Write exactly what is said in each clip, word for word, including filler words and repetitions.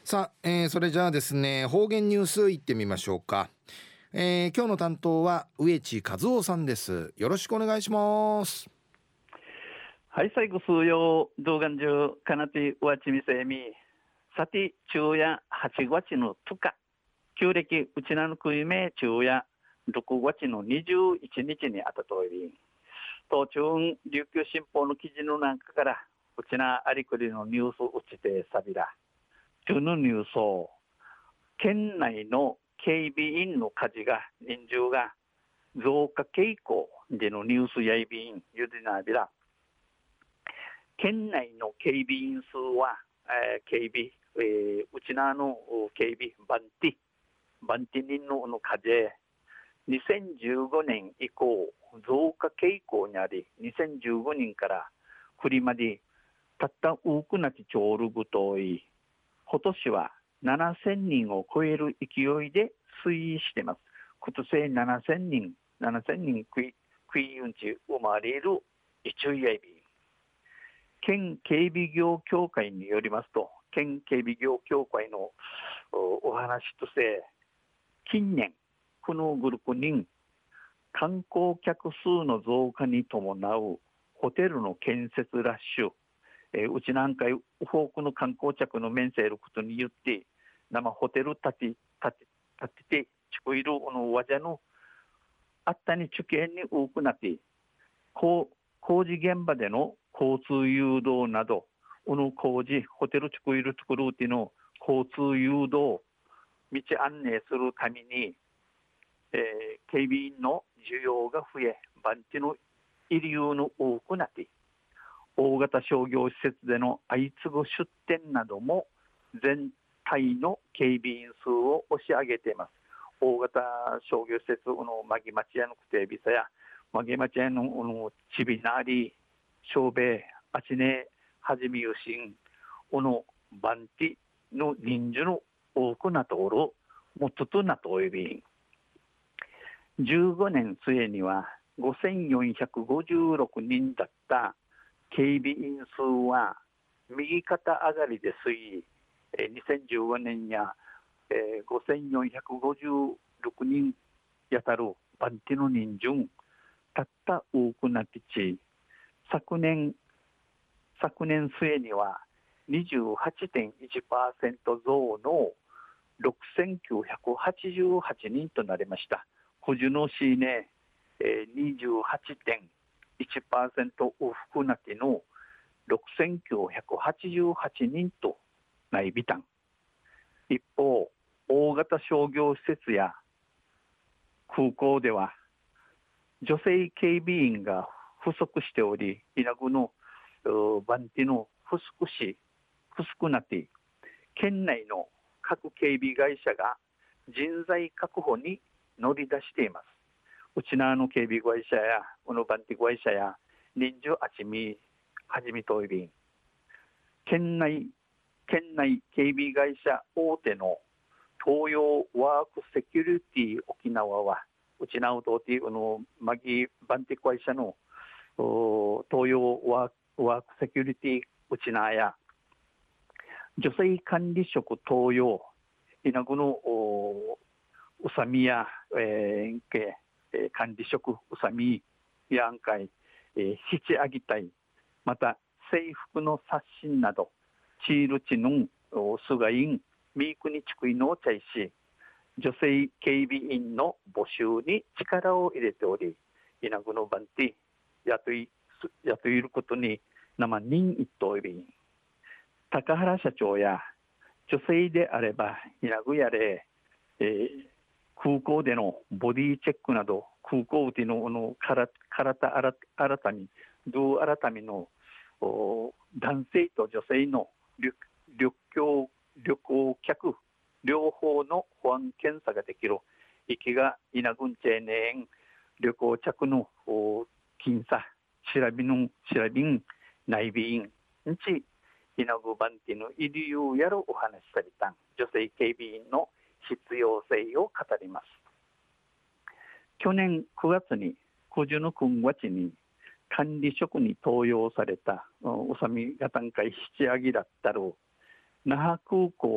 さあ、えーそれじゃあですね、方言ニュースいってみましょうか。えー今日の担当は植地和夫さんです。よろしくお願いします。 はい、最後数曜動画中、かなてわちみせみ、さて、昼夜はちがつのとおか、旧暦うちなのくいめ昼夜ろくがつのにじゅういちにちにあたといび、東中琉球新報の記事の中から、うちなありくりのニュースうちてさびら、中のニュースを、県内の警備員の数が、人数が増加傾向でのニュースやいびん、ゆでなびら、県内の警備員数は、えー警備、えーうちなの警備、バンティ、バンティ人のの数、にせんじゅうごねん以降、増加傾向にあり、にせんじゅうごねんから振りまで、たった多くなきちょうるぐとい、今年はななせんにんを超える勢いで推移しています。今年ななせんにん、ななせんにん食い、食いうんち生まれる一位やいび。県警備業協会によりますと、県警備業協会のおお話として、近年、このグループに観光客数の増加に伴うホテルの建設ラッシュ、えーうちなんか多くの観光客の面せることによって、生ホテル建て、建て、建てて、ちくいるのわじゃのあったに地形に多くなって、工工事現場での交通誘導など、この工事、ホテル作る作るっていうの交通誘導、道案内するために、えー警備員の需要が増え、番地の入り用の多くなって、大型商業施設での相次ぐ出店なども全体の警備員数を押し上げています。大型商業施設のマギマチ屋のくてびさや、マギマチ屋ののちびなり、小米、あちね、はじみゆしん、この番地の人数の多くなところ、もっととなとおいびん。じゅうごねん末にはごせんよんひゃくごじゅうろくにんだった警備員数は右肩上がりで推移、えーにせんじゅうごねんや、えーごせんよんひゃくごじゅうろくにんやたる番地の人数、たった多くなってち、昨年、昨年末には にじゅうはちてんいちパーセント 増のろくせんきゅうひゃくはちじゅうはちにんとなりました。補助のしね、えー、にじゅうはちてんいちパーセント 往復なきのろくせんきゅうひゃくはちじゅうはちにんとないびたん。一方、大型商業施設や空港では女性警備員が不足しており、稲具の番地の不足し、不足なって、県内の各警備会社が人材確保に乗り出しています。うちなの警備会社や、この番地会社や、臨時あちみ、はじみといびん。県内、県内警備会社大手の東洋ワークセキュリティ沖縄は、うちなうとて、このマギ番地会社のお東洋ワークワークセキュリティうちなや、女性管理職東洋、稲子のおうさみや、えーけえー管理職うさみやんかい、えー、七あぎたい、また制服の刷新など、チールチヌン、スガイン、ミークにちくいのをちゃいし、女性警備員の募集に力を入れており、稲子の番地、雇い、雇いることに生人一等いびん。高原社長や女性であれば、稲子やれ、えー空港でのボディチェックなど、空港でののから体新たに、どう改めのお男性と女性の旅旅行旅行客両方の保安検査ができる、息が稲ぐんちえねん、旅行着のお検査、調べの調べん、内備員、んち、稲ぐ番っていうのいるようやるお話しされた女性警備員の必要性を語ります。去年くがつに九十のくんわちに管理職に登用されたうさみがたんかい七あぎだったる那覇空港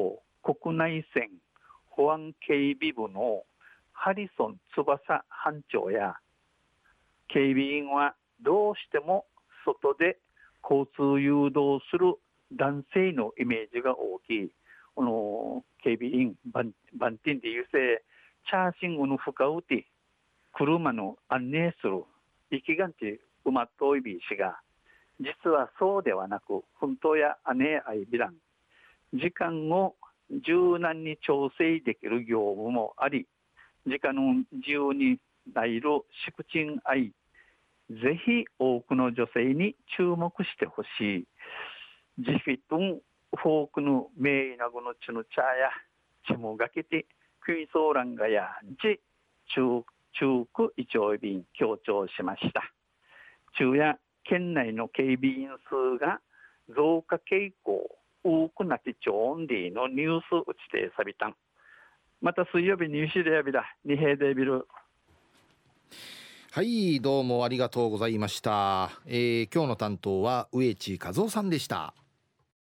国内線保安警備部のハリソン翼班長や、警備員はどうしても外で交通誘導する男性のイメージが大きい。この警備員バンバンティンでいうせチャーシングの深うて車の案内する生きがんちうまっといびしが、実はそうではなく、本当や姉あいびらん時間を柔軟に調整できる業務もあり、時間の自由になるしくちんあい、ぜひ多くの女性に注目してほしい。ジフィトンフォークの名医なごのちの茶やちもがけてクイソーランガやジ中中区一応便強調しました。昼夜県内の警備員数が増加傾向多くなってちょんでのニュース打ちてさびたん。また水曜日にユシレヤビだにへいでビル。 はい、どうもありがとうございました。えー、今日の担当は植地和夫さんでした。